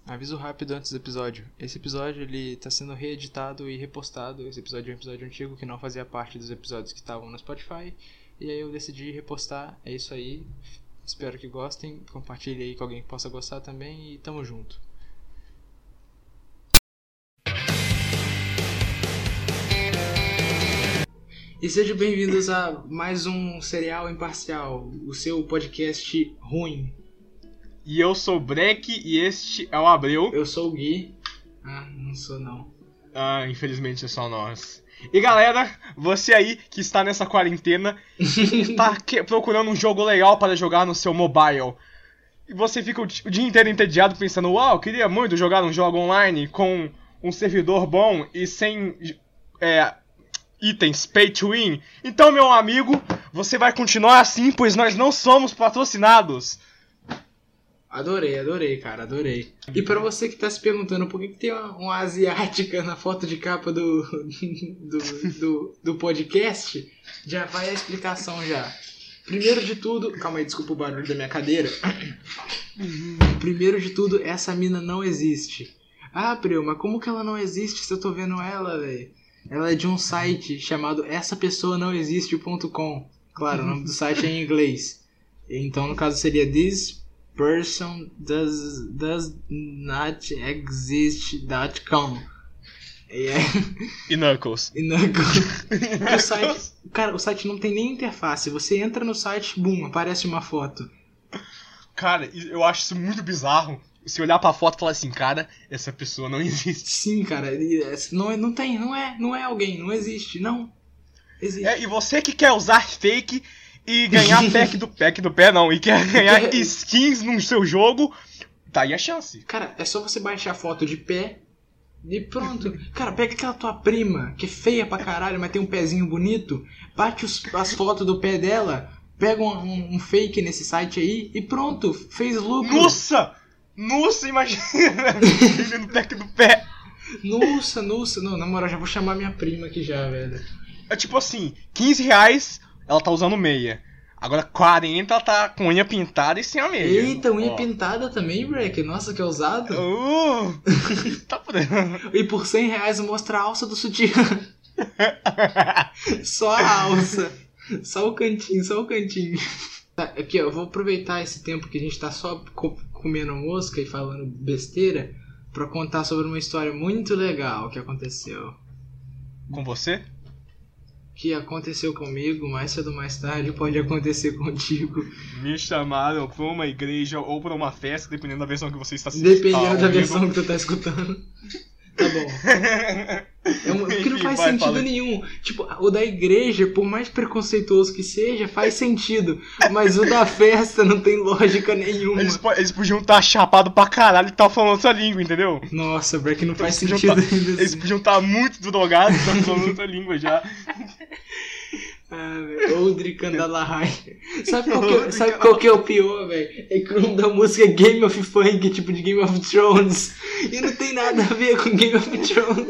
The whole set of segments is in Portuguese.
Aviso rápido antes do episódio. Esse episódio ele tá sendo reeditado e repostado. Esse episódio é um episódio antigo que não fazia parte dos episódios que estavam no Spotify. E aí eu decidi repostar. É isso aí. Espero que gostem. Compartilhe aí com alguém que possa gostar também. E tamo junto. E sejam bem-vindos a mais um Serial Imparcial, o seu podcast ruim. E eu sou o Breck e este é o Abreu. Eu sou o Gui. Não sou não. Infelizmente é só nós. E galera, você aí que está nessa quarentena, está procurando um jogo legal para jogar no seu mobile. E você fica o dia inteiro entediado pensando, eu queria muito jogar um jogo online com um servidor bom e sem itens pay to win. Então, meu amigo, você vai continuar assim, pois nós não somos patrocinados. Adorei, cara, adorei. E pra você que tá se perguntando por que tem uma asiática na foto de capa do podcast, já vai a explicação já. Primeiro de tudo... Calma aí, desculpa o barulho da minha cadeira. Primeiro de tudo, essa mina não existe. Preu, mas como que ela não existe se eu tô vendo ela, velho? Ela é de um site chamado essapessoanaoexiste.com. Claro, o nome do site é em inglês. Então, no caso, seria This person does not exist.com. E Knuckles. O site não tem nem interface. Você entra no site, aparece uma foto. Cara, eu acho isso muito bizarro. Se olhar pra foto e falar assim, cara, essa pessoa não existe. Sim, cara, não é alguém, não existe, não. Existe. E você que quer usar fake e ganhar pack do pé não, e quer ganhar skins no seu jogo, tá aí a chance. Cara, é só você baixar a foto de pé e pronto. Cara, pega aquela tua prima, que é feia pra caralho, mas tem um pezinho bonito, bate as fotos do pé dela, pega um fake nesse site aí e pronto, fez lucro. Nossa, imagina! No pack do pé. Nossa. Não, na moral, já vou chamar minha prima aqui já, velho. É tipo assim, R$15 ela tá usando meia. Agora 40 ela tá com unha pintada e sem a meia. Eita, unha pintada também, Breck? Nossa, que ousado. Tá podendo. E por R$100 mostra a alça do sutiã. Só a alça. Só o cantinho. Tá, aqui, ó, eu vou aproveitar esse tempo que a gente tá só comendo mosca e falando besteira pra contar sobre uma história muito legal que aconteceu. Com você? Que aconteceu comigo, mais cedo ou mais tarde pode acontecer contigo. Me chamaram pra uma igreja ou pra uma festa, dependendo da versão que você está assistindo. Dependendo da versão que tu tá escutando. Tá bom. Porque não faz sentido nenhum. Tipo, o da igreja, por mais preconceituoso que seja, faz sentido. Mas o da festa não tem lógica nenhuma. Eles podiam estar chapados pra caralho e estar falando outra língua, entendeu? Nossa, Breck, não faz sentido ainda. Eles podiam estar muito drogados e estar falando outra língua já. Oldri Kandalahai. Sabe qual que é o pior, velho? É que o nome da música é Game of Funk, tipo de Game of Thrones. E não tem nada a ver com Game of Thrones.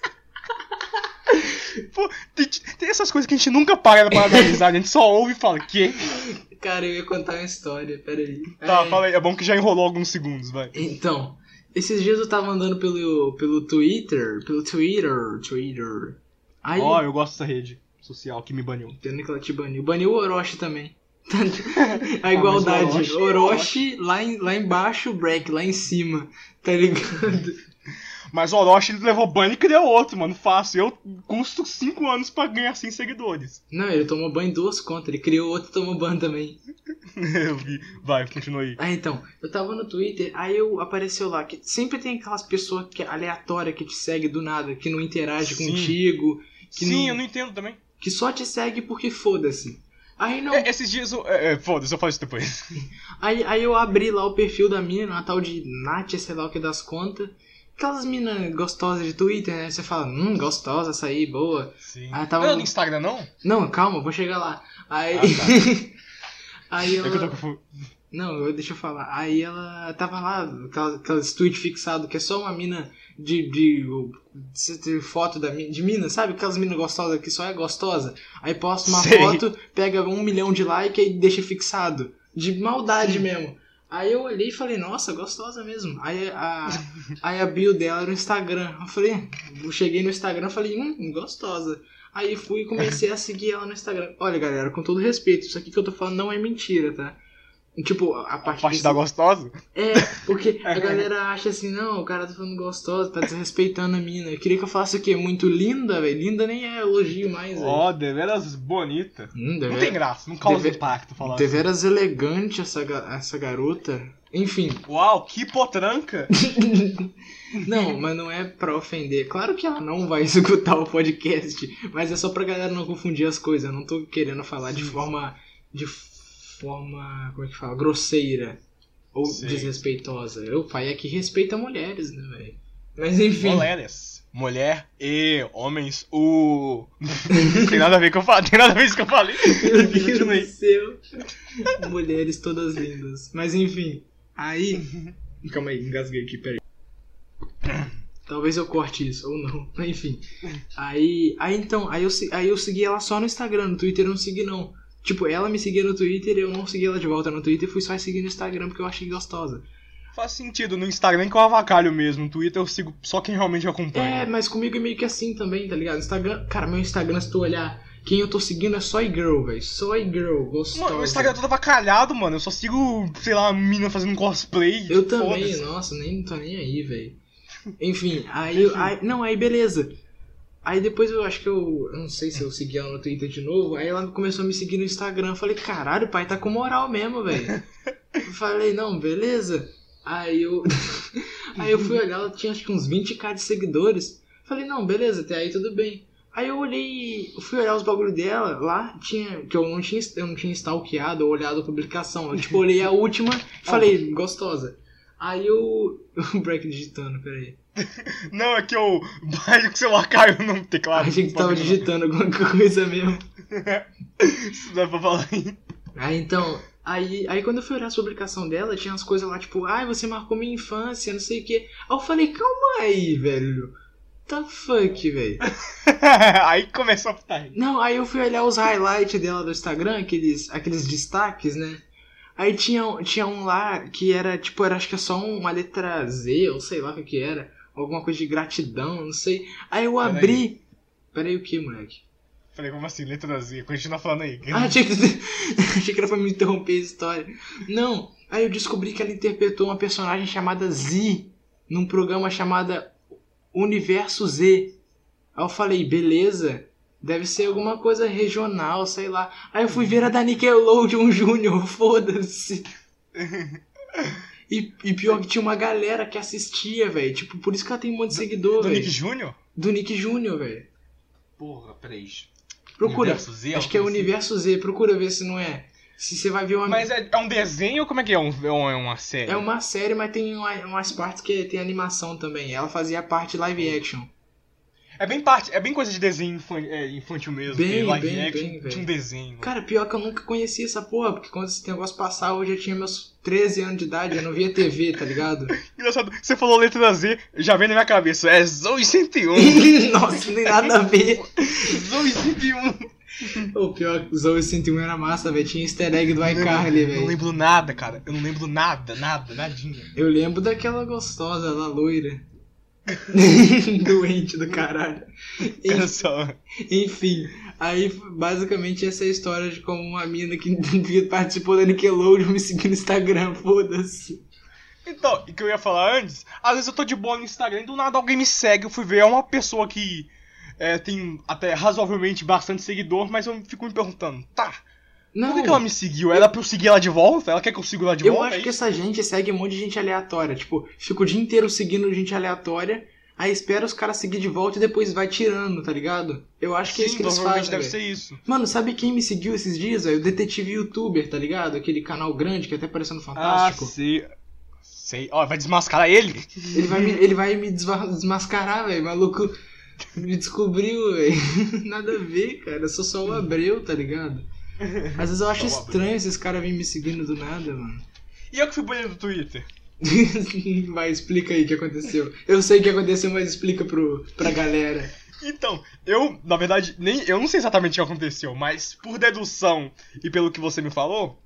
Pô, tem essas coisas que a gente nunca para pra analisar, a gente só ouve e fala, quê? Cara, eu ia contar uma história, peraí. Tá, fala aí, é bom que já enrolou alguns segundos, vai. Então, esses dias eu tava andando pelo Twitter. Aí... eu gosto dessa rede social que me baniu. Entendo que ela te baniu. Baniu o Orochi também. A igualdade. Orochi lá embaixo, o Breck lá em cima. Tá ligado? Mas o Orochi levou ban e criou outro, mano. Fácil. Eu custo 5 anos pra ganhar 100 seguidores. Não, ele tomou ban em 2 contas. Ele criou outro e tomou ban também. Eu vi. Vai, continua aí. Então. Eu tava no Twitter, aí apareceu lá que sempre tem aquelas pessoas aleatórias que te seguem do nada, que não interage contigo. Eu não entendo também. Que só te segue porque foda-se. Aí não. Esses dias foda-se, eu falo isso depois. Aí eu abri lá o perfil da mina, uma tal de Nath, sei lá o que das contas. Aquelas minas gostosas de Twitter, né? Você fala, gostosa, essa aí, boa. Sim. Aí tava... Não é no Instagram, não? Não, calma, vou chegar lá. Aí... tá. Aí ela... É que eu tô... Não, deixa eu falar. Aí ela tava lá, aquelas tweets fixado, que é só uma mina de foto de mina, sabe? Aquelas minas gostosas que só é gostosa. Aí posta uma foto, pega 1 milhão de likes e deixa fixado. De maldade mesmo. Aí eu olhei e falei, nossa, gostosa mesmo. Aí a bio dela era o Instagram. Eu cheguei no Instagram e falei, gostosa. Aí fui e comecei a seguir ela no Instagram. Olha, galera, com todo respeito, isso aqui que eu tô falando não é mentira, tá? Tipo, a parte da gostosa? É, porque a galera acha assim, não, o cara tá falando gostosa, tá desrespeitando a mina. Eu queria que eu falasse o quê? Muito linda, velho? Linda nem é elogio mais, velho. Ó, deveras bonita. Não tem graça, não causa impacto falar deveras elegante essa garota. Enfim. Uau, que potranca! Não, mas não é pra ofender. Claro que ela não vai escutar o podcast, mas é só pra galera não confundir as coisas. Eu não tô querendo falar de forma, como é que fala? Grosseira ou desrespeitosa. O pai é que respeita mulheres, né, velho? Mas enfim. Mulheres. Mulher e homens. Tem nada a ver com eu falei. Tem nada a ver com isso que eu falei. Meu Deus do céu. Mulheres todas lindas. Mas enfim. Aí. Calma aí, engasguei aqui, peraí. Talvez eu corte isso, ou não. Enfim. Aí eu segui ela só no Instagram. No Twitter eu não segui, não. Tipo, ela me seguia no Twitter, eu não segui ela de volta no Twitter, fui só seguir no Instagram porque eu achei gostosa. Faz sentido, no Instagram que eu avacalho mesmo, no Twitter eu sigo só quem realmente acompanha. É, mas comigo é meio que assim também, tá ligado? Instagram, cara, meu Instagram, se tu olhar, quem eu tô seguindo é só girl, velho. Só girl, gostosa. Mano, meu Instagram é todo avacalhado, mano, eu só sigo, sei lá, menina fazendo cosplay. Eu também, nossa, nem tô nem aí, velho. Enfim, aí beleza. Aí depois eu acho que eu não sei se eu segui ela no Twitter de novo. Aí ela começou a me seguir no Instagram. Eu falei, caralho, o pai tá com moral mesmo, velho. Eu falei, não, beleza. Aí eu fui olhar, ela tinha acho que uns 20k de seguidores. Falei, não, beleza, até aí tudo bem. Aí eu fui olhar os bagulho dela, lá que eu não tinha stalkeado ou olhado a publicação. Eu tipo, olhei a última e falei, gostosa. Aí o break digitando, peraí. Não, é que eu baixo que o celular caiu no teclado. Achei que tu tava digitando alguma coisa mesmo. Isso dá pra falar aí. Aí então, aí quando eu fui olhar a publicação dela, tinha umas coisas lá tipo, você marcou minha infância, não sei o que. Aí eu falei, calma aí, velho. The fuck, velho. Aí começou a putar. Não, aí eu fui olhar os highlights dela do Instagram, aqueles destaques, né? Aí tinha um lá que era, tipo, acho que é só uma letra Z, ou sei lá o que era. Alguma coisa de gratidão, não sei. Aí eu abri... Peraí, o que, moleque? Falei, como assim? Letra Z? Continua falando aí. Achei que era pra me interromper a história. Não, aí eu descobri que ela interpretou uma personagem chamada Z num programa chamado Universo Z. Aí eu falei, beleza... Deve ser alguma coisa regional, sei lá. Aí eu fui ver a da Nickelodeon Júnior, foda-se. E pior que tinha uma galera que assistia, velho. Tipo, por isso que ela tem um monte de seguidor, velho. Do Nick Júnior? Do Nick Júnior, velho. Porra, peraí. Procura. Universo Z, acho que é o Universo Z. Procura ver se não é. Se você vai ver uma... Mas é um desenho ou como é que é? É uma série? É uma série, mas tem umas partes que tem animação também. Ela fazia parte live action. É bem coisa de desenho infantil mesmo. Live action de um desenho. Cara, pior que eu nunca conhecia essa porra, porque quando esse negócio passava eu já tinha meus 13 anos de idade, eu não via TV, tá ligado? Engraçado, você falou letra Z, já vem na minha cabeça, é Zoe 101. Nossa, nem nada a ver. Zoe 101. O pior que Zoe 101 era massa, velho. Tinha easter egg do iCarly, velho. Eu não lembro nada, cara. Eu não lembro nadinha. Eu lembro daquela gostosa, da loira. Doente do caralho. Enfim, aí basicamente essa é a história de como uma mina que participou da Nickelodeon me seguiu no Instagram, foda-se. Então, o que eu ia falar antes, às vezes eu tô de boa no Instagram e do nada alguém me segue, eu fui ver, é uma pessoa que tem até razoavelmente bastante seguidor, mas eu fico me perguntando, por que ela me seguiu? Era pra eu seguir ela de volta? Ela quer que eu siga ela de volta? Eu acho que essa gente segue um monte de gente aleatória. Tipo, fica o dia inteiro seguindo gente aleatória, aí espera os caras seguir de volta e depois vai tirando, tá ligado? Eu acho que é isso que eles fazem, deve ser isso. Mano, sabe quem me seguiu esses dias, velho? O detetive youtuber, tá ligado? Aquele canal grande que até parecendo Fantástico. Sei. Ó, vai desmascarar ele? Ele vai me desmascarar, velho. Maluco me descobriu, velho. Nada a ver, cara. Eu sou só o Abreu, tá ligado? Às vezes eu acho estranho esses caras virem me seguindo do nada, mano. E eu que fui banheiro do Twitter? Vai, explica aí o que aconteceu. Eu sei o que aconteceu, mas explica pra galera. Então, na verdade, eu não sei exatamente o que aconteceu, mas por dedução e pelo que você me falou,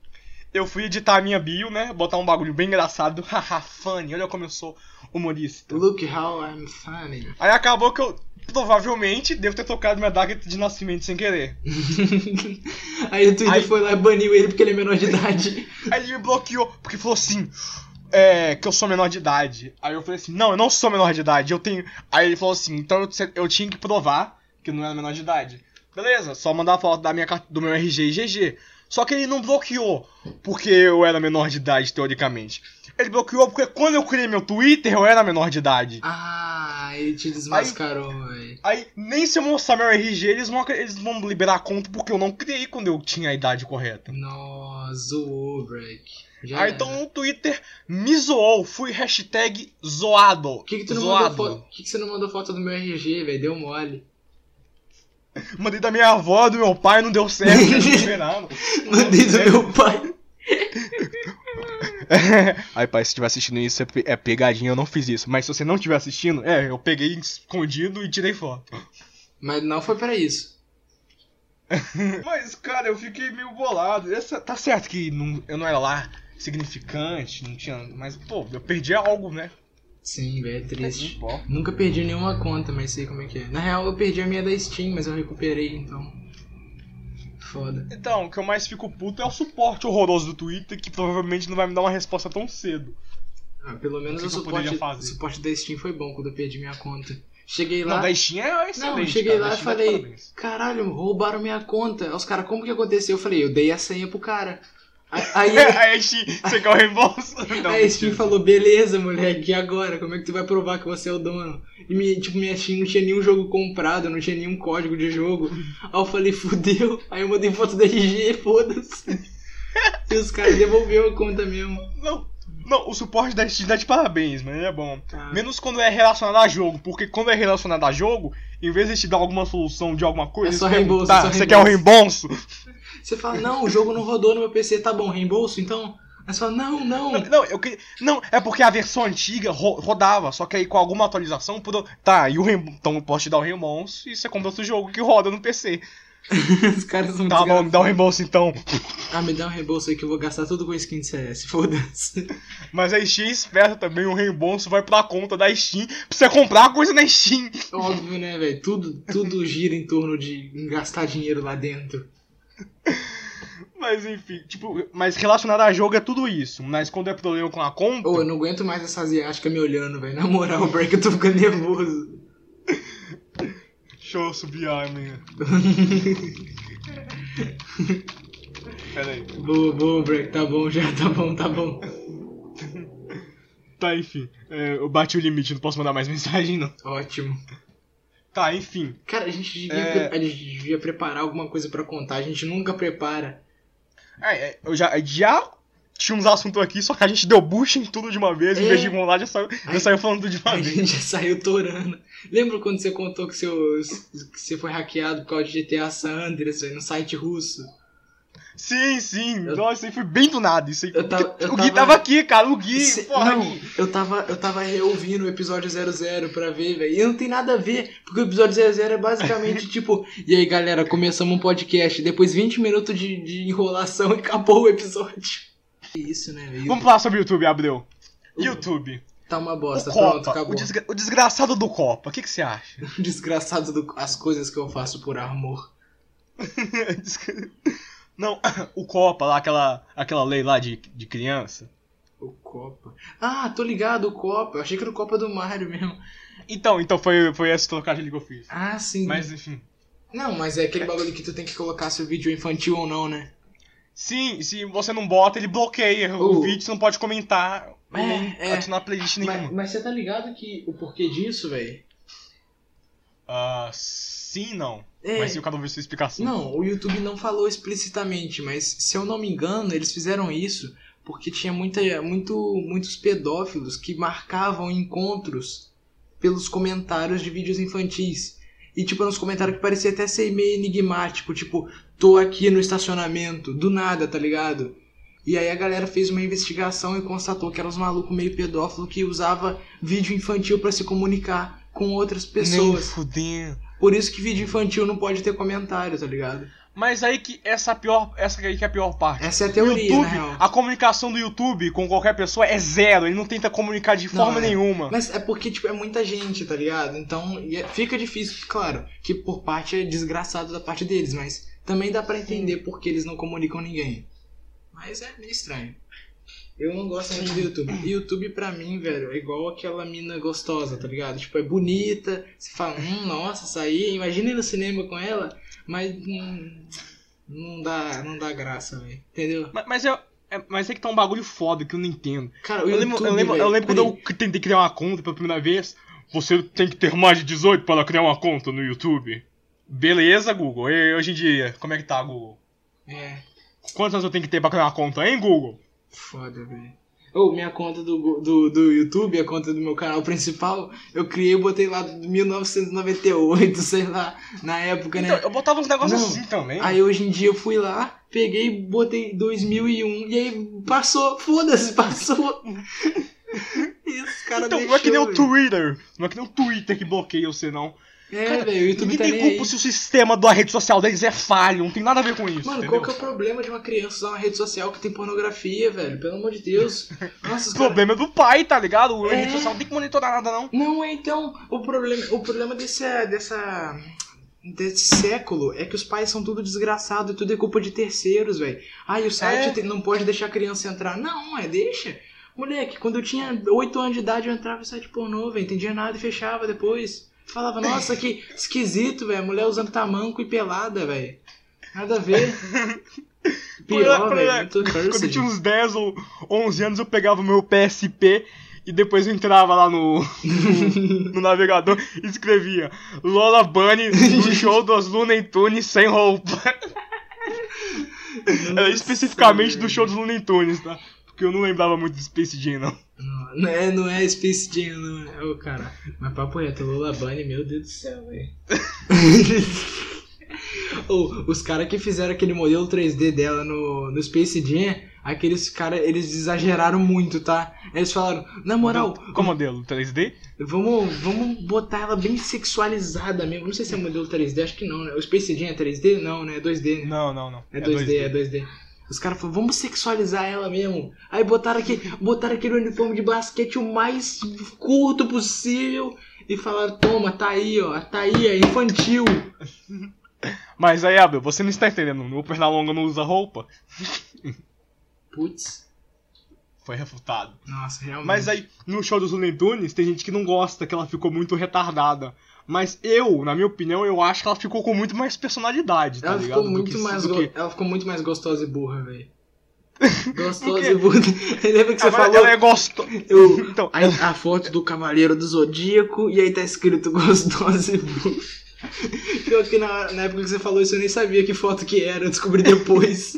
eu fui editar a minha bio, né? Botar um bagulho bem engraçado. Haha, funny. Olha como eu sou humorista. Look how I'm funny. Aí acabou que eu provavelmente devo ter tocado minha data de nascimento sem querer. Aí o Twitter foi lá e baniu ele porque ele é menor de idade. Aí ele me bloqueou, porque falou assim, que eu sou menor de idade. Aí eu falei assim, não, eu não sou menor de idade, eu tenho... Aí ele falou assim, então eu tinha que provar que eu não era menor de idade. Beleza, só mandar a foto do meu RG e GG. Só que ele não bloqueou porque eu era menor de idade, teoricamente. Ele bloqueou porque quando eu criei meu Twitter, eu era menor de idade. Ah, ele te desmascarou, velho. Aí, nem se eu mostrar meu RG, eles vão liberar a conta porque eu não criei quando eu tinha a idade correta. Nossa, zoou, break. Aí então o Twitter me zoou, fui hashtag zoado. Por que tu não mandou foto? Por que você não mandou foto do meu RG, velho? Deu mole. Mandei da minha avó, do meu pai, não deu certo. Mandei do meu pai. Aí, pai, se estiver assistindo isso, é pegadinha, eu não fiz isso. Mas se você não estiver assistindo, eu peguei escondido e tirei foto. Mas não foi pra isso. Mas, cara, eu fiquei meio bolado. Tá certo que eu não era lá significante, não tinha... Mas, pô, eu perdi algo, né? Sim, velho, é triste. Nunca perdi nenhuma conta, mas sei como é que é. Na real, eu perdi a minha da Steam, mas eu recuperei, então... Foda. Então, o que eu mais fico puto é o suporte horroroso do Twitter, que provavelmente não vai me dar uma resposta tão cedo. Ah, pelo menos o suporte da Steam foi bom quando eu perdi minha conta. Cheguei lá... Não, da Steam é excelente. Não, cheguei lá e falei, caralho, roubaram minha conta. Aí os caras, como que aconteceu? Eu falei, eu dei a senha pro cara. Aí a Steam, você quer o reembolso? Aí a Steam falou, beleza, moleque, e agora? Como é que tu vai provar que você é o dono? E minha Steam não tinha nenhum jogo comprado, não tinha nenhum código de jogo. Aí eu falei, fudeu. Aí eu mandei foto da RG, foda-se. E os caras devolveram a conta mesmo. Não, o suporte da Steam dá de parabéns, mas é bom. Menos quando é relacionado a jogo, porque quando é relacionado a jogo, em vez de te dar alguma solução de alguma coisa, é só reembolso, você quer um reembolso? Você fala, não, o jogo não rodou no meu PC, tá bom, reembolso então? Aí você fala, não. Não, é porque a versão antiga rodava, só que aí com alguma atualização, tá, e o reembolso, então eu posso te dar o reembolso e você compra outro jogo que roda no PC. Os caras são Tá bom, me dá um reembolso então. Ah, me dá um reembolso aí que eu vou gastar tudo com skin de CS, foda-se. Mas a Steam esperta também, o reembolso vai pra conta da Steam pra você comprar a coisa na Steam. Óbvio, né, velho? Tudo gira em torno de gastar dinheiro lá dentro. Mas enfim, mas relacionado a jogo é tudo isso. Mas quando é problema com a conta... Eu não aguento mais essa asiática me olhando, velho. Na moral, o break eu tô ficando nervoso. Deixa eu subir a arma. Pera aí. Boa, break. Tá bom já, tá bom. Tá, enfim. Eu bati o limite, não posso mandar mais mensagem, não. Ótimo. Tá, enfim. Cara, a gente devia preparar alguma coisa pra contar. A gente nunca prepara. Eu já tinha uns assuntos aqui, só que a gente deu bucha em tudo de uma vez. Em vez de ir lá, já saiu falando tudo de uma vez. A gente já saiu torando. Lembra quando você contou que você foi hackeado por causa de GTA San Andreas, no site russo? Sim. Nossa, isso aí foi bem do nada. Isso aí... O Gui tava aqui, cara. O Gui, porra. Não, eu tava reouvindo o episódio 00 pra ver, velho. E não tem nada a ver, porque o episódio 00 é basicamente tipo... E aí, galera, começamos um podcast. Depois 20 minutos de enrolação e acabou o episódio. Isso, né, velho? Vamos falar sobre o YouTube, Abreu. YouTube. Tá uma bosta, Pronto, acabou. O desgraçado do Copa, o que você acha? Desgraçado as coisas que eu faço por amor. Não, o Copa lá, aquela lei lá de criança. O Copa. Ah, tô ligado, o Copa. Eu achei que era o Copa do Mario mesmo. Então foi essa trocadilha que eu fiz. Ah, sim. Mas enfim. Não, mas é aquele bagulho que tu tem que colocar se o vídeo é infantil ou não, né? Sim, se você não bota, ele bloqueia o vídeo, você não pode comentar nem adicionar playlist nenhuma. Mas você tá ligado que o porquê disso, velho? Sim, não. Mas se eu quero ver sua explicação. Não, o YouTube não falou explicitamente, mas se eu não me engano, eles fizeram isso porque tinha muitos pedófilos que marcavam encontros pelos comentários de vídeos infantis. E tipo, nos comentários que parecia até ser meio enigmático, tipo, tô aqui no estacionamento, do nada, tá ligado? E aí a galera fez uma investigação e constatou que eram uns malucos meio pedófilos que usava vídeo infantil pra se comunicar com outras pessoas. Nem fudendo. Por isso que vídeo infantil não pode ter comentário, tá ligado? Mas aí que essa aí que é a pior parte. Essa é a teoria, YouTube, na real. a comunicação do YouTube com qualquer pessoa é zero. Ele não tenta comunicar de forma nenhuma. Mas é porque, tipo, é muita gente, tá ligado? Então fica difícil, claro, que por parte é desgraçado da parte deles, mas também dá pra entender porque eles não comunicam ninguém. Mas é meio estranho. Eu não gosto muito do YouTube. YouTube pra mim, velho, é igual aquela mina gostosa, tá ligado? Tipo, é bonita, você fala, nossa, essa aí, imagina ir no cinema com ela, mas não dá graça, velho. Entendeu? Mas é que tá um bagulho foda que eu não entendo. Cara, o eu YouTube, lembro quando eu tentei criar uma conta pela primeira vez. Você tem que ter mais de 18 para criar uma conta no YouTube. Beleza, Google. E hoje em dia, como é que tá, Google? Quantos anos eu tenho que ter pra criar uma conta, hein, Google? Foda, velho. Minha conta do YouTube, a conta do meu canal principal, eu criei e botei lá 1998, sei lá, na época, né? Então, eu botava uns negócios assim também. Aí hoje em dia eu fui lá, peguei e botei 2001, e aí passou, foda-se, passou. E os caras então, não é que nem o Twitter, não é que nem o Twitter que bloqueia você, não. Velho, o YouTube tá nem tem culpa aí. se o sistema da rede social deles é falho, não tem nada a ver com isso. Mano, entendeu? qual que é o problema de uma criança usar uma rede social que tem pornografia, velho? Pelo amor de Deus. Nossa, o problema é do pai, tá ligado? A É. rede social não tem que monitorar nada, não. Não, então, o problema desse século é que os pais são tudo desgraçados e tudo é culpa de terceiros, velho. E o site não pode deixar a criança entrar. Não, deixa. Moleque, quando eu tinha 8 anos de idade eu entrava em site pornô, velho. Entendia nada e fechava depois. Falava, nossa, que esquisito, velho. Mulher usando tamanco e pelada, velho. Nada a ver. Pior, velho. Quando eu tinha uns 10 ou 11 anos, eu pegava o meu PSP e depois eu entrava lá no navegador e escrevia Lola Bunny no show dos Looney Tunes sem roupa. Era especificamente do show dos Looney Tunes, tá? Porque eu não lembrava muito do Space Jam, não. Não é Space Jam, não é. Cara, mas papo reto, Lola Bunny, meu Deus do céu, velho. Os caras que fizeram aquele modelo 3D dela no Space Jam, aqueles caras, eles exageraram muito, tá? Eles falaram, na moral... Qual modelo? 3D? Vamos botar ela bem sexualizada mesmo. Não sei se é modelo 3D, acho que não, né? O Space Jam é 3D? Não, né? É 2D, né? Não. É 2D. Os caras falaram, vamos sexualizar ela mesmo. Aí botaram aquele uniforme de basquete o mais curto possível e falaram, toma, tá aí, é infantil. Mas aí, Abel, você não está entendendo, o Pernalonga não usa roupa? Putz. Foi refutado. Nossa, realmente. Mas aí, no show dos Looney Tunes, tem gente que não gosta, que ela ficou muito retardada. Mas na minha opinião, eu acho que ela ficou com muito mais personalidade, tá ligado? Ela ficou muito mais gostosa e burra, velho. Gostosa e burra. Lembra que você falou? Ela é gostosa. Então, a foto do Cavaleiro do Zodíaco e aí tá escrito gostosa e burra. Pior que na época que você falou isso eu nem sabia que foto que era, eu descobri depois.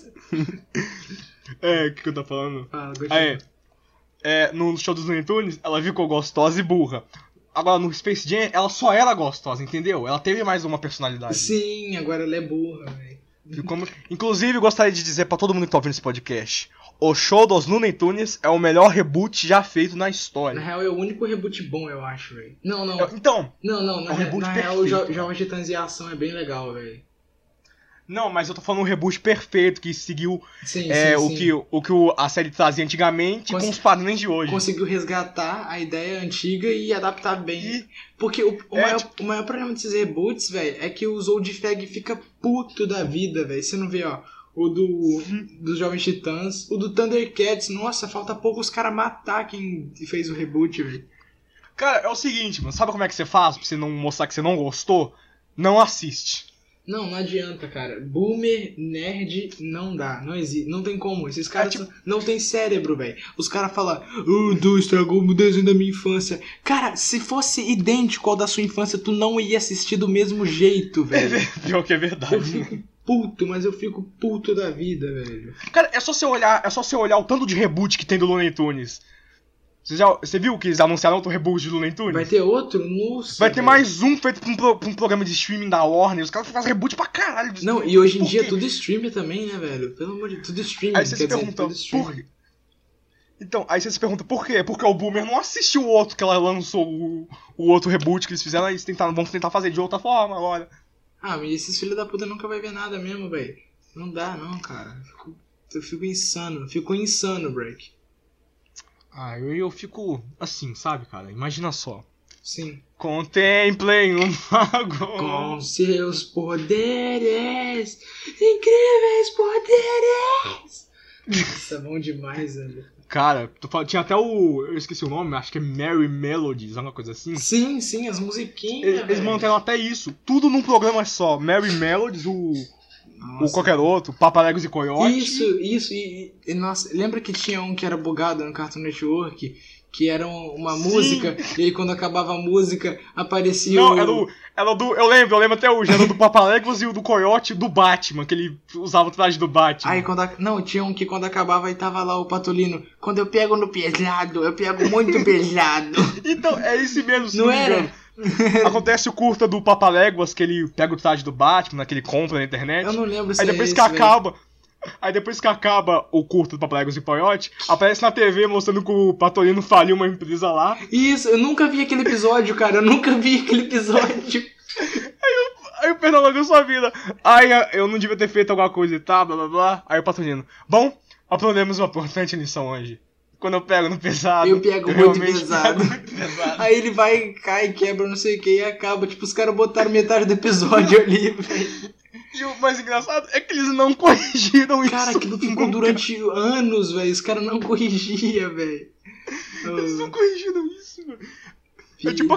O que eu tô falando? Gostei. No show dos Looney Tunes, ela ficou gostosa e burra. Agora, no Space Jam, ela só era gostosa, entendeu? Ela teve mais uma personalidade. Sim, agora ela é burra, velho. Inclusive, eu gostaria de dizer pra todo mundo que tá ouvindo esse podcast, o show dos Looney Tunes é o melhor reboot já feito na história. Na real, é o único reboot bom, eu acho, velho. Não. Então... Não, é um reboot na real, perfeito. o Jovens Titãs em Ação é bem legal, velho. Não, mas eu tô falando um reboot perfeito, que seguiu sim. o que a série trazia antigamente com os padrões de hoje. Conseguiu resgatar a ideia antiga e adaptar bem. Porque o maior problema desses reboots, velho, é que os Old Fag fica puto da vida, velho. Você não vê, o dos Jovens Titãs, o do Thundercats. Nossa, falta pouco os caras matar quem fez o reboot, velho. Cara, é o seguinte, mano, sabe como é que você faz pra você não mostrar que você não gostou? Não assiste. Não adianta, cara. Boomer, nerd, não dá. Não existe. Não tem como. Esses caras não tem cérebro, velho. Os caras falam, tu estragou o desenho da minha infância. Cara, se fosse idêntico ao da sua infância, tu não ia assistir do mesmo jeito, velho. Pior que é verdade. Eu fico puto, mas eu fico puto da vida, velho. Cara, é só você olhar o tanto de reboot que tem do Looney Tunes. Você viu que eles anunciaram outro reboot de Looney Tunes? Vai ter outro? Nossa. Vai ter mais um feito pra um programa de streaming da Warner. Os caras fazem reboot pra caralho. Não, e hoje em dia tudo streamer também, né, velho? Pelo amor de Deus, tudo streaming. Aí você se pergunta, por quê? Então, aí você se pergunta por quê? Porque o Boomer não assistiu o outro que ela lançou, o outro reboot que eles fizeram, vão tentar fazer de outra forma agora. Ah, mas esses filhos da puta nunca vai ver nada mesmo, velho. Não dá, não, cara. Eu fico insano. Fico insano, Break. Ah, eu fico assim, sabe, cara? Imagina só. Sim. Contemplem um mago. Com seus poderes. Incríveis poderes. Nossa, bom demais, velho. Cara, tinha até o... Eu esqueci o nome, acho que é Merry Melodies, alguma coisa assim. Sim, as musiquinhas, Eles velho. manteram até isso. Tudo num programa só. Merry Melodies, o qualquer outro, Papaléguas e Coyote. Isso. E, nossa, lembra que tinha um que era bugado no Cartoon Network? Que era uma música, e aí quando acabava a música, aparecia Não, era do... Eu lembro até hoje. Era do Papaléguas e o do Coyote do Batman, que ele usava o traje do Batman. Aí não, tinha um que quando acabava aí tava lá o Patolino. Quando eu pego no pesado, eu pego muito pesado. Então, é esse mesmo, se Não me era? engano. Acontece o curta do Papaléguas, que ele pega o traje do Batman, que ele compra na internet. Eu não lembro se Aí depois é que esse, acaba... Aí depois que acaba o curto do Papaléguas e Coyote, aparece na TV mostrando que o Patolino faliu uma empresa lá. Isso, eu nunca vi aquele episódio, cara. Eu nunca vi aquele episódio. Aí o Pernalonga viu sua vida. Aí eu não devia ter feito alguma coisa e tal, blá blá blá. Aí o Patolino, bom, aprendemos uma importante lição hoje. Quando eu pego no pesado, Eu pego muito realmente pesado. pego muito pesado. Aí ele vai, cai, quebra, não sei o que, e acaba. Tipo, os caras botaram metade do episódio ali, velho. E o mais engraçado é que eles não corrigiram isso. Cara, aquilo ficou nunca. durante anos, velho. Os caras não corrigiam, velho. Eles não corrigiram isso, velho. É tipo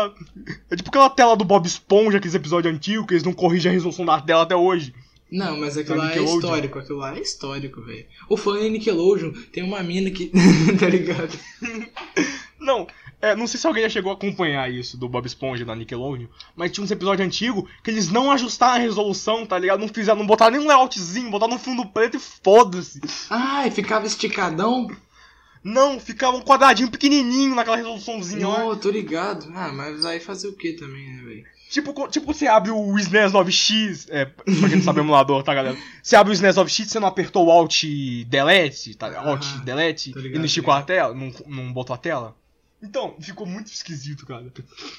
aquela tela do Bob Esponja, aqueles episódios antigos, que eles não corrigem a resolução da tela até hoje. Não, mas aquilo Da lá é Nickelodeon. histórico. Aquilo lá é histórico, velho. O fã em Nickelodeon tem uma mina que... tá ligado? Não, não sei se alguém já chegou a acompanhar isso do Bob Esponja da Nickelodeon, mas tinha uns episódios antigos que eles não ajustaram a resolução, tá ligado? Não botaram nem um layoutzinho, botaram no fundo preto e foda-se. Ai, ficava esticadão. Não, ficava um quadradinho pequenininho naquela resoluçãozinha lá. Não, tô ligado. Ah, mas aí fazer o que também, né, velho? Tipo você abre o SNES 9X, pra quem não sabe o emulador, tá, galera? Você abre o SNES 9X, você não apertou o Alt Delete, tá? Alt Delete, tô ligado, e não esticou a tela, não botou a tela. Então, ficou muito esquisito, cara.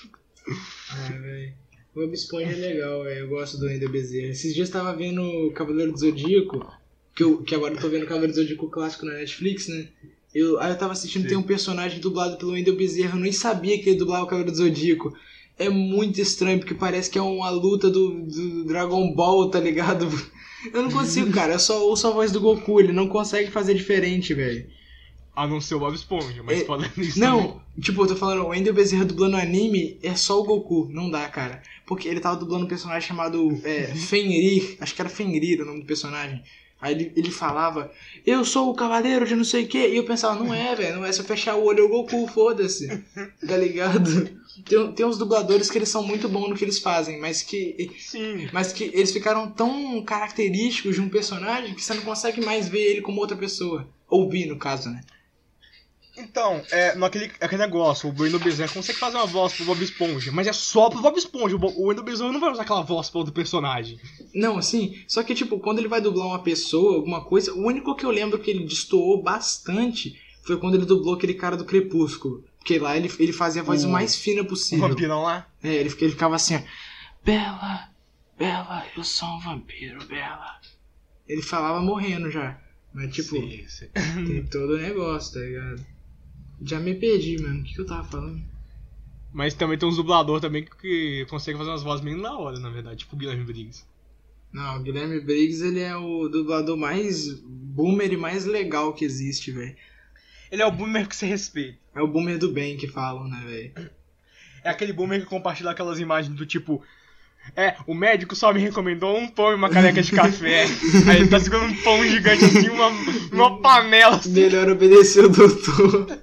Ah, velho. O Bob Esponja é legal, velho. Eu gosto do Wendel Bezerra. Esses dias eu tava vendo Cavaleiro do Zodíaco, que agora eu tô vendo Cavaleiro do Zodíaco clássico na Netflix, né? Aí eu tava assistindo, tem um personagem dublado pelo Wendel Bezerra, eu nem sabia que ele dublava o Cavaleiro do Zodíaco. É muito estranho, porque parece que é uma luta do Dragon Ball, tá ligado? Eu não consigo, cara, eu só ouço a voz do Goku, ele não consegue fazer diferente, velho. A não ser o Bob Esponja, mas falando isso Não, também. tipo, eu tô falando, o Wendel Bezerra dublando anime é só o Goku, não dá, cara. Porque ele tava dublando um personagem chamado Fenrir, acho que era Fenrir o nome do personagem. Aí ele falava, eu sou o cavaleiro de não sei o que, e eu pensava, não é, velho, não é, se eu fechar o olho é o Goku, foda-se, tá ligado? Tem uns dubladores que eles são muito bons no que eles fazem, mas que eles ficaram tão característicos de um personagem que você não consegue mais ver ele como outra pessoa. Ouvir, no caso, né? Então, aquele negócio, o Wendel Bezerra consegue fazer uma voz pro Bob Esponja, mas é só pro Bob Esponja. O Wendel Bezerra não vai usar aquela voz pro outro personagem. Não, assim, só que tipo, quando ele vai dublar uma pessoa, alguma coisa, o único que eu lembro que ele destoou bastante foi quando ele dublou aquele cara do Crepúsculo. Porque lá ele fazia a voz mais fina O possível. vampirão lá? Ele ficava assim, ó, Bela, eu sou um vampiro, Bela. Ele falava morrendo já. Mas tipo, Sim. tem todo o negócio, tá ligado? Já me perdi, mano. O que eu tava falando? Mas também tem uns dubladores também que conseguem fazer umas vozes meio na hora, na verdade, tipo o Guilherme Briggs. Não, o Guilherme Briggs, ele é o dublador mais boomer e mais legal que existe, velho. Ele é o boomer que você respeita. É o boomer do bem que falam, né, velho? É aquele boomer que compartilha aquelas imagens do tipo... o médico só me recomendou um pão e uma caneca de café. Aí ele tá segurando um pão gigante assim, uma panela assim. Melhor obedecer o doutor.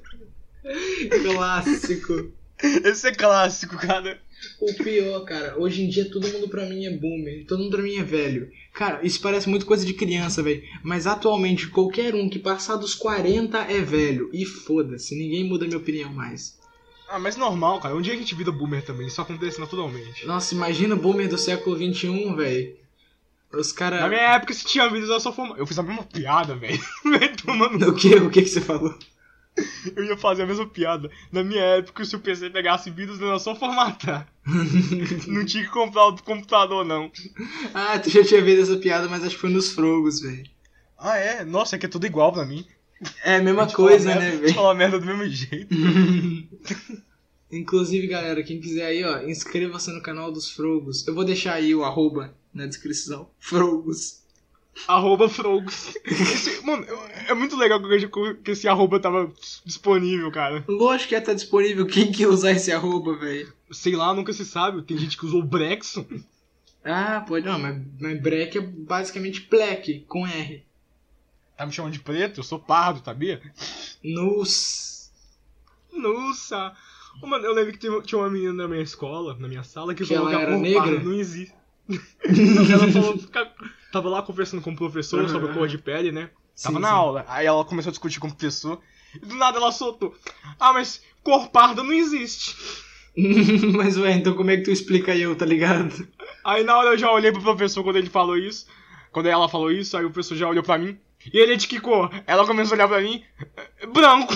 Clássico. Esse é clássico, cara. O pior, cara, hoje em dia todo mundo pra mim é boomer, todo mundo pra mim é velho. Cara, isso parece muito coisa de criança, velho. Mas atualmente qualquer um que passar dos 40 é velho. E foda-se, ninguém muda minha opinião mais. Ah, mas normal, cara. Um dia a gente vira boomer também, isso acontece naturalmente. Nossa, imagina o boomer do século XXI, velho. Os caras... Na minha época, se tinha vida, eu só formava. Eu fiz a mesma piada, velho. O que você falou? Eu ia fazer a mesma piada. Na minha época, se o PC pegasse vírus, era só formatar. Não tinha que comprar outro computador, não. Ah, tu já tinha visto essa piada, mas acho que foi nos frogos, velho. Ah, é? Nossa, é que é tudo igual pra mim. É a mesma coisa, né, A gente velho? fala merda do mesmo jeito. Inclusive, galera, quem quiser aí, ó, inscreva-se no canal dos frogos. Eu vou deixar aí o arroba na descrição. Frogos. @frogos. Mano, é muito legal que esse arroba tava disponível, cara. Lógico que ia estar disponível. Quem que usar esse arroba, velho? Sei lá, nunca se sabe. Tem gente que usou o Brexon. Ah, pode não, mas break é basicamente black, com R. Tá me chamando de preto? Eu sou pardo, sabia? Nossa. Nossa. Ô, mano, eu lembro que tinha uma menina na minha escola, na minha sala, que falou ela que a era cor negra? parda não existe. Ela falou, tava lá conversando com o professor sobre a cor de pele, né? Tava Sim, na sim. aula. Aí ela começou a discutir com o professor. E do nada ela soltou. Ah, mas cor parda não existe. Mas, ué, então como é que tu explica eu, tá ligado? Aí na hora eu já olhei pro professor quando ele falou isso. Quando ela falou isso, aí o professor já olhou pra mim. E ele é de que cor? Ela começou a olhar pra mim. Branco.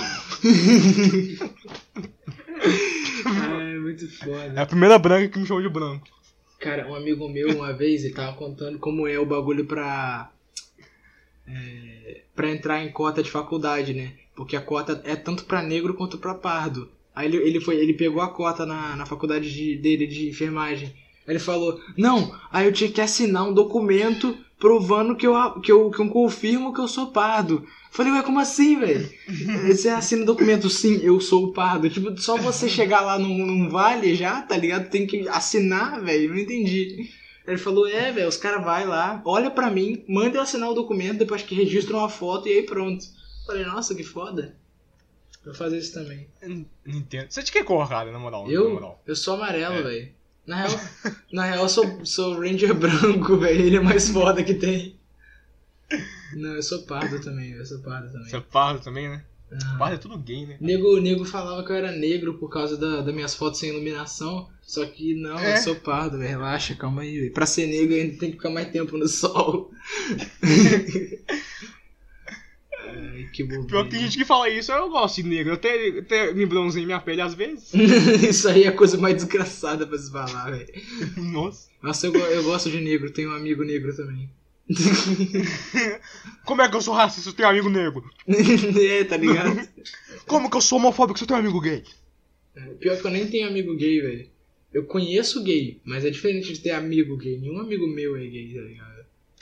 Ai, muito foda. É a primeira branca que me chamou de branco. Cara, um amigo meu, uma vez, ele tava contando como é o bagulho pra entrar em cota de faculdade, né? Porque a cota é tanto pra negro quanto pra pardo. Aí ele pegou a cota na faculdade dele de enfermagem. Aí ele falou, não, aí eu tinha que assinar um documento provando que eu confirmo que eu sou pardo. Falei, ué, como assim, velho? Você assina o documento, sim, eu sou o pardo. Tipo, só você chegar lá num vale já, tá ligado? Tem que assinar, velho, não entendi. Ele falou, velho, os caras vai lá, olha pra mim, manda eu assinar o documento, depois que registram uma foto e aí pronto. Falei, nossa, que foda. Vou fazer isso também. Não entendo. Você é de que cor, cara, na moral? Na moral. Eu sou amarelo, velho. Na real, eu sou Ranger branco, velho. Ele é mais foda que tem. Não, eu sou pardo também, Você é pardo também, né? Ah. Pardo é tudo gay, né? Nego falava que eu era negro por causa das minhas fotos sem iluminação. Só que não, eu sou pardo, velho. Relaxa, calma aí, velho. Pra ser negro ainda tem que ficar mais tempo no sol. Ai, que bobeira. Pior que tem gente que fala isso, eu gosto de negro. Até me bronzeio minha pele às vezes. Isso aí é a coisa mais desgraçada pra se falar, velho. Nossa. Nossa, eu gosto de negro, tenho um amigo negro também. Como é que eu sou racista se eu tenho um amigo negro? Tá ligado? Como que eu sou homofóbico se eu tenho um amigo gay? Pior que eu nem tenho amigo gay, velho. Eu conheço gay, mas é diferente de ter amigo gay. Nenhum amigo meu é gay, tá ligado?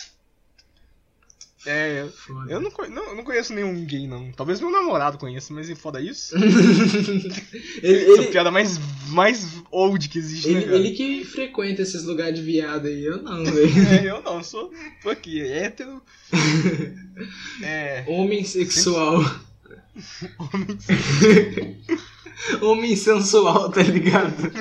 Foda. Eu não conheço nenhum gay, não. Talvez meu namorado conheça, mas foda isso. Essa piada mais old que existe, né, cara? Ele que frequenta esses lugares de viado aí, eu não, velho. Eu não, tô aqui, hétero. Homem sexual. Homem sensual, tá ligado?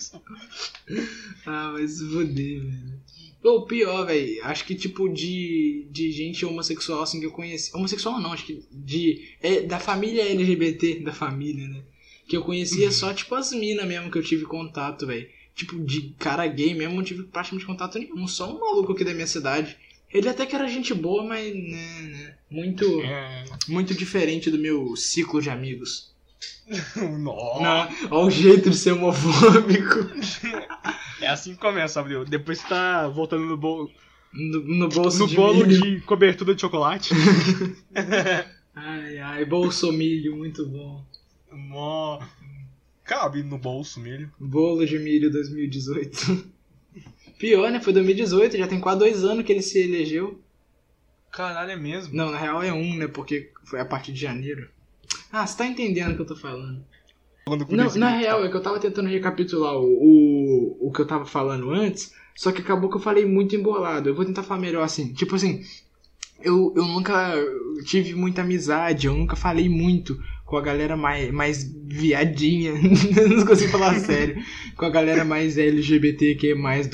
Ah, vai se foder, velho. O pior, velho, acho que tipo de gente homossexual assim que eu conheci. Homossexual não, acho que da família LGBT, da família, né? Que eu conhecia só tipo as minas mesmo que eu tive contato, velho. Tipo, de cara gay mesmo, não tive praticamente contato nenhum. Só um maluco aqui da minha cidade. Ele até que era gente boa, mas né muito diferente do meu ciclo de amigos. Nossa. Olha o jeito de ser homofóbico. É assim que começa, Abril. Depois você tá voltando no bolo. No bolso no de bolo milho. de cobertura de chocolate. Ai, bolsomilho, muito bom. Cabe no bolso milho. Bolo de milho 2018. Pior, né? Foi 2018, já tem quase 2 anos que ele se elegeu. Caralho, é mesmo? Não, na real é 1, né? Porque foi a partir de janeiro. Ah, você tá entendendo o que eu tô falando. Não, na real, é que eu tava tentando recapitular o que eu tava falando antes, só que acabou que eu falei muito embolado. Eu vou tentar falar melhor assim. Tipo assim, eu nunca tive muita amizade, eu nunca falei muito com a galera mais viadinha. Não consigo falar sério. Com a galera mais LGBTQ, mais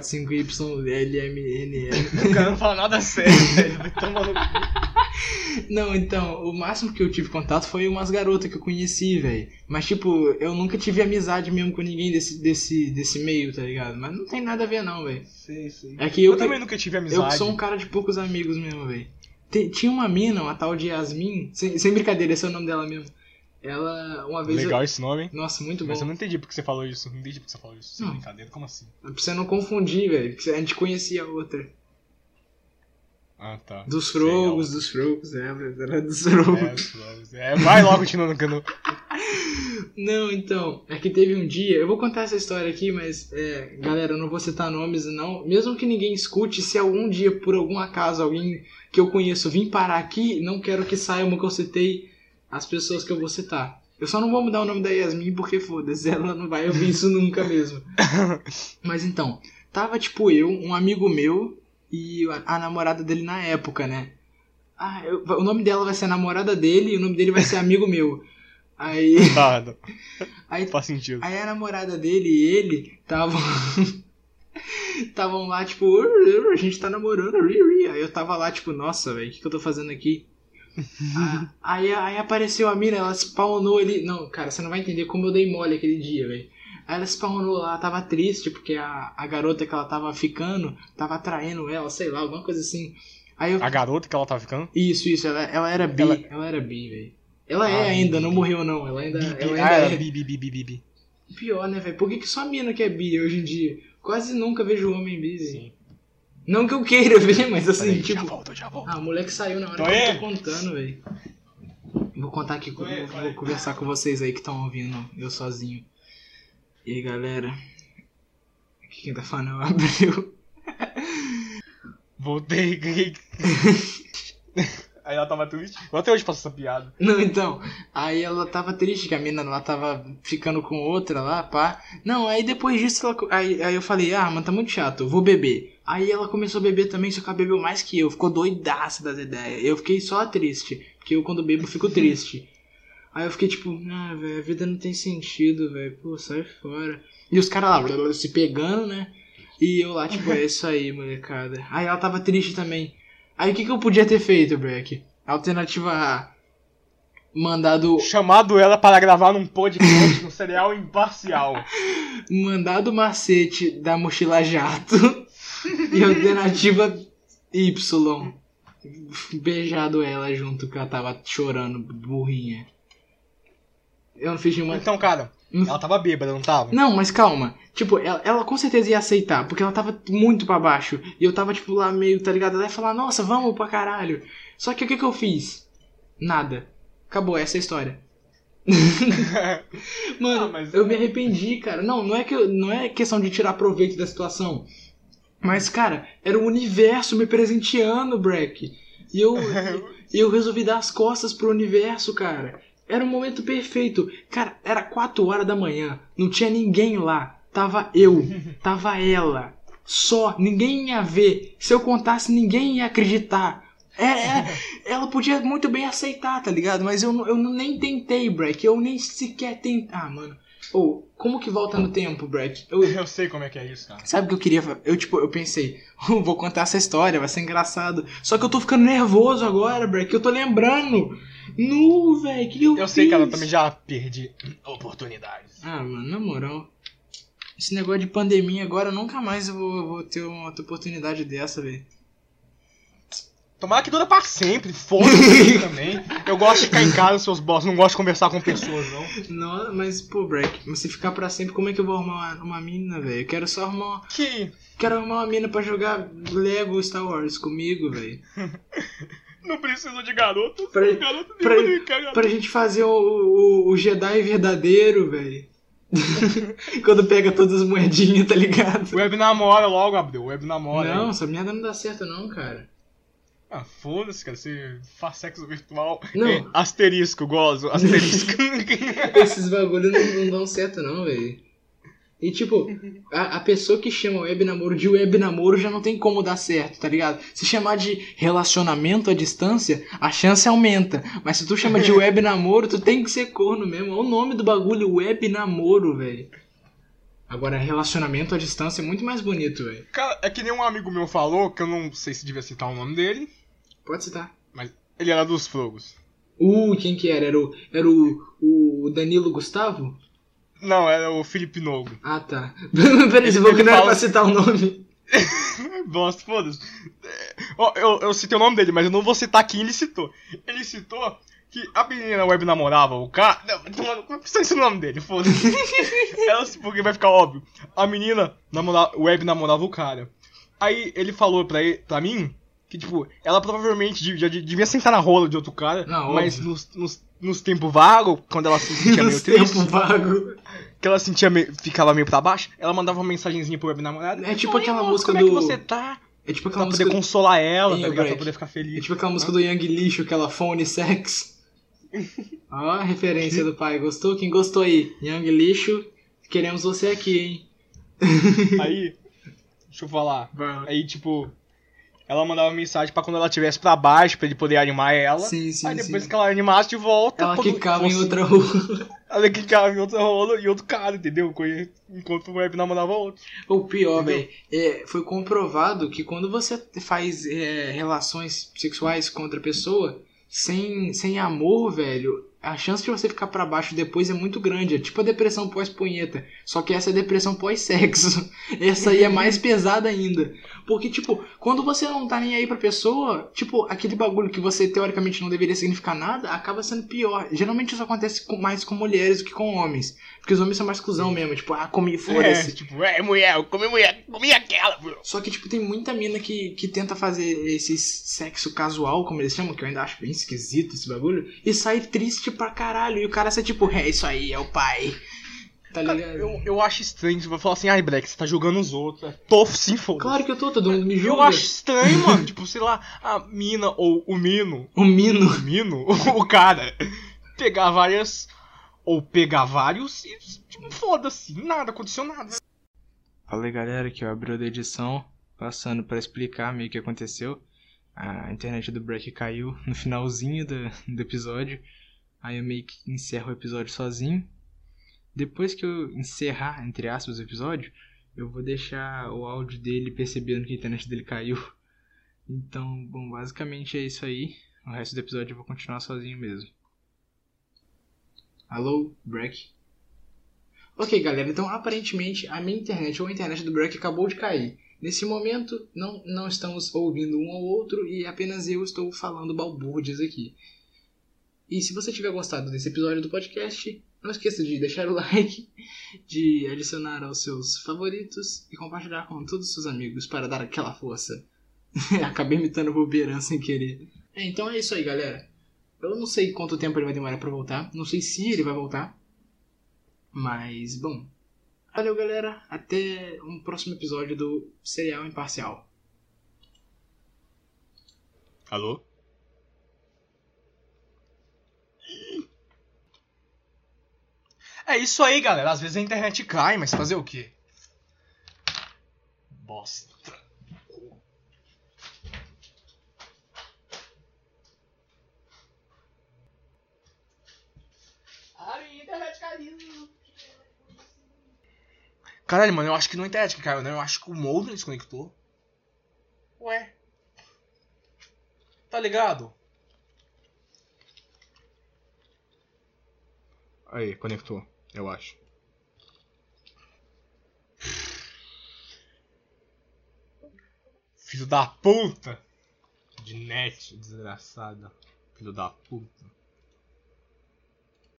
245YLMNL. O cara não fala nada sério, velho. Vai tomar no cu. Não, então, o máximo que eu tive contato foi umas garotas que eu conheci, velho. Mas, tipo, eu nunca tive amizade mesmo com ninguém desse meio, tá ligado? Mas não tem nada a ver, não, velho. Sei. É que eu também nunca tive amizade. Eu sou um cara de poucos amigos mesmo, velho. Tinha uma mina, uma tal de Yasmin, sem brincadeira, esse é o nome dela mesmo. Ela, uma vez... Legal esse nome, hein? Nossa, muito bom. Mas eu não entendi porque você falou isso. Não entendi porque você falou isso. Sem Não. brincadeira, como assim? Pra você não confundir, velho. Porque a gente conhecia a outra. Ah, tá. Dos Sei, frogos, era dos frogos. Vai logo continuando que eu não... Não, então, é que teve um dia, eu vou contar essa história aqui, mas, galera, eu não vou citar nomes, não. Mesmo que ninguém escute, se algum dia, por algum acaso, alguém que eu conheço vir parar aqui, não quero que saibam que eu citei as pessoas que eu vou citar. Eu só não vou mudar o nome da Yasmin, porque foda-se, ela não vai ouvir isso nunca mesmo. Mas então, tava tipo eu, um amigo meu e a namorada dele na época, né? O nome dela vai ser a namorada dele e o nome dele vai ser amigo meu. Aí, Tá, aí, faz sentido. aí a namorada dele e ele estavam lá, tipo, a gente tá namorando. Aí eu tava lá, tipo, nossa, velho, o que eu tô fazendo aqui? Aí apareceu a mina, ela spawnou ali. Não, cara, você não vai entender como eu dei mole aquele dia, velho. Aí ela spawnou lá, tava triste, porque a garota que ela tava ficando tava atraindo ela, sei lá, alguma coisa assim. Aí A garota que ela tava ficando? Isso, ela era bi, ela era bi, velho. Ela é ainda, não morreu não, ela ainda é. Bi. Pior, né, velho? Por que só mina que é bi hoje em dia? Quase nunca vejo homem bi, velho. Sim. Não que eu queira ver, mas assim, Peraí, tipo... já volto. O moleque saiu na hora Tô que aí. eu tô contando, velho. Vou contar aqui, vou conversar com vocês aí que estão ouvindo, eu sozinho. E aí, galera? Aqui quem tá falando é o Abreu. Voltei. Aí ela tava triste. Eu até hoje faço essa piada. Não, então, aí ela tava triste que a mina lá tava ficando com outra lá, pá. Não, aí depois disso, aí eu falei, mano, tá muito chato, eu vou beber. Aí ela começou a beber também, só que ela bebeu mais que eu, ficou doidaça das ideias. Eu fiquei só triste, porque eu quando bebo fico triste. Aí eu fiquei tipo, velho, a vida não tem sentido, velho, pô, sai fora. E os caras lá, se pegando, né? E eu lá, tipo, é isso aí, molecada. Aí ela tava triste também. Aí o que eu podia ter feito, Breck? Alternativa A. Chamado ela para gravar num podcast no Cereal Imparcial. Mandado o macete da mochila jato. E alternativa Y. Beijado ela junto que ela tava chorando, burrinha. Eu não fiz nenhuma... Então, cara, ela tava bêbada, não tava? Não, mas calma. Tipo, ela com certeza ia aceitar, porque ela tava muito pra baixo. E eu tava, tipo, lá meio, tá ligado? Ela ia falar, nossa, vamos pra caralho. Só que o que eu fiz? Nada. Acabou, essa é a história. Mano, eu me arrependi, cara. Não é questão de tirar proveito da situação. Mas, cara, era o universo me presenteando, Breck. E eu resolvi dar as costas pro universo, cara. Era um momento perfeito. Cara, era 4 horas da manhã. Não tinha ninguém lá. Tava eu. Tava ela. Só. Ninguém ia ver. Se eu contasse, ninguém ia acreditar. Ela podia muito bem aceitar, tá ligado? Mas eu nem tentei, Breck. Eu nem sequer tentei. Mano. Como que volta no tempo, Breck? Eu sei como é que é isso, cara. Sabe o que eu queria? Eu pensei, vou contar essa história, vai ser engraçado. Só que eu tô ficando nervoso agora, Breck. Eu tô lembrando. Velho, que eu fiz? Sei, cara, eu também já perdi oportunidades. Mano, na moral. Esse negócio de pandemia agora, nunca mais eu vou ter uma outra oportunidade dessa, velho. Tomara que dura pra sempre, foda-se também. Eu gosto de ficar em casa, seus boss, não gosto de conversar com pessoas, não. Não, mas, pô, Breck, se ficar pra sempre, como é que eu vou arrumar uma mina, velho? Eu quero só arrumar... Quero arrumar uma mina pra jogar Lego Star Wars comigo, velho. Não preciso de garoto. Pra gente fazer o Jedi verdadeiro, velho. Quando pega todas as moedinhas, tá ligado? Web namora logo, Abdel. Web namora. Não, essa merda não dá certo não, cara. Foda-se, cara. Você faz sexo virtual. Não. Asterisco, gozo. Asterisco. Esses bagulho não dão certo não, velho. E tipo, a pessoa que chama web namoro de web namoro já não tem como dar certo, tá ligado? Se chamar de relacionamento à distância, a chance aumenta. Mas se tu chama de web namoro, tu tem que ser corno mesmo. Olha o nome do bagulho, web namoro, velho. Agora, relacionamento à distância é muito mais bonito, velho. Cara, é que nem um amigo meu falou, que eu não sei se devia citar o nome dele. Pode citar. Mas ele era dos Frogos. Quem que era? Era o Danilo Gustavo? Não, era o Felipe Nogo. Ah, tá. Peraí, você falou que não era pra citar o nome. Bosta, foda-se. Eu citei o nome dele, mas eu não vou citar quem ele citou. Ele citou que a menina web namorava o cara. Não, mano, como é que esse nome dele? Foda-se. Porque vai ficar óbvio. A menina web namorava o cara. Aí ele falou pra mim que, tipo, ela provavelmente já devia sentar na rola de outro cara, Não, mas óbvio. nos tempos vagos, quando ela se sentia meio triste, Tempo vago. que ela ficava meio pra baixo, ela mandava uma mensagenzinha pro web namorado. É tipo aquela música como do... é que você tá? É tipo Pra aquela poder música... consolar ela, Hein, tá ligado? Breck? Pra poder ficar feliz. É tipo aquela música do Young Lixo, aquela Phone Sex. Ó, a referência do pai. Gostou? Quem gostou aí? Young Lixo, queremos você aqui, hein? Aí, deixa eu falar. Vai lá. Aí, tipo, ela mandava mensagem pra quando ela estivesse pra baixo, pra ele poder animar ela. Sim, sim, Aí depois sim. que ela animasse de volta... Ela quando quicava em fosse- outra rua. Ela quicava em outra rola e outro cara, entendeu? Enquanto o web namorava outro. O pior, Entendeu? velho, foi comprovado que quando você faz relações sexuais com outra pessoa, sem amor, velho, a chance de você ficar pra baixo depois é muito grande. É tipo a depressão pós-punheta. Só que essa é a depressão pós-sexo. Essa aí é mais pesada ainda. Porque, tipo, quando você não tá nem aí pra pessoa, tipo, aquele bagulho que você teoricamente não deveria significar nada, acaba sendo pior. Geralmente isso acontece mais com mulheres do que com homens. Porque os homens são mais cuzão mesmo. Tipo, comi, foda-se. Tipo, mulher, eu comi aquela, bro. Só que, tipo, tem muita mina que tenta fazer esse sexo casual, como eles chamam, que eu ainda acho bem esquisito esse bagulho, e sai triste pra caralho. E o cara sai tipo, é isso aí, é o pai. Tá ligado? Eu acho estranho, você vai falar assim, ai, Black, você tá julgando os outros. Tô sim, foda-se. Claro que eu tô, todo mundo me julga. Eu acho estranho, mano. Tipo, sei lá, a mina ou o mino. O Mino. O mino, o cara, pegar várias. Ou pegar vários e, tipo, foda-se, nada, aconteceu nada. Fala aí, galera, aqui é o Abril da edição, passando pra explicar meio o que aconteceu. A internet do Breck caiu no finalzinho do episódio, aí eu meio que encerro o episódio sozinho. Depois que eu encerrar, entre aspas, o episódio, eu vou deixar o áudio dele percebendo que a internet dele caiu. Então, bom, basicamente é isso aí. O resto do episódio eu vou continuar sozinho mesmo. Alô, Breck? Ok, galera, então aparentemente a minha internet ou a internet do Breck acabou de cair. Nesse momento, não estamos ouvindo um ao outro e apenas eu estou falando balbúrdias aqui. E se você tiver gostado desse episódio do podcast, não esqueça de deixar o like, de adicionar aos seus favoritos e compartilhar com todos os seus amigos para dar aquela força. Acabei imitando bobeirão sem querer. Então é isso aí, galera. Eu não sei quanto tempo ele vai demorar pra voltar. Não sei se ele vai voltar. Mas, bom. Valeu, galera. Até um próximo episódio do Serial Imparcial. Alô? É isso aí, galera. Às vezes a internet cai, mas fazer o quê? Bosta. A internet caiu. Caralho, mano, eu acho que não é a internet que caiu, né? Eu acho que o modem desconectou. Ué. Tá ligado? Aí, conectou, eu acho. Filho da puta! De net, desgraçada. Filho da puta.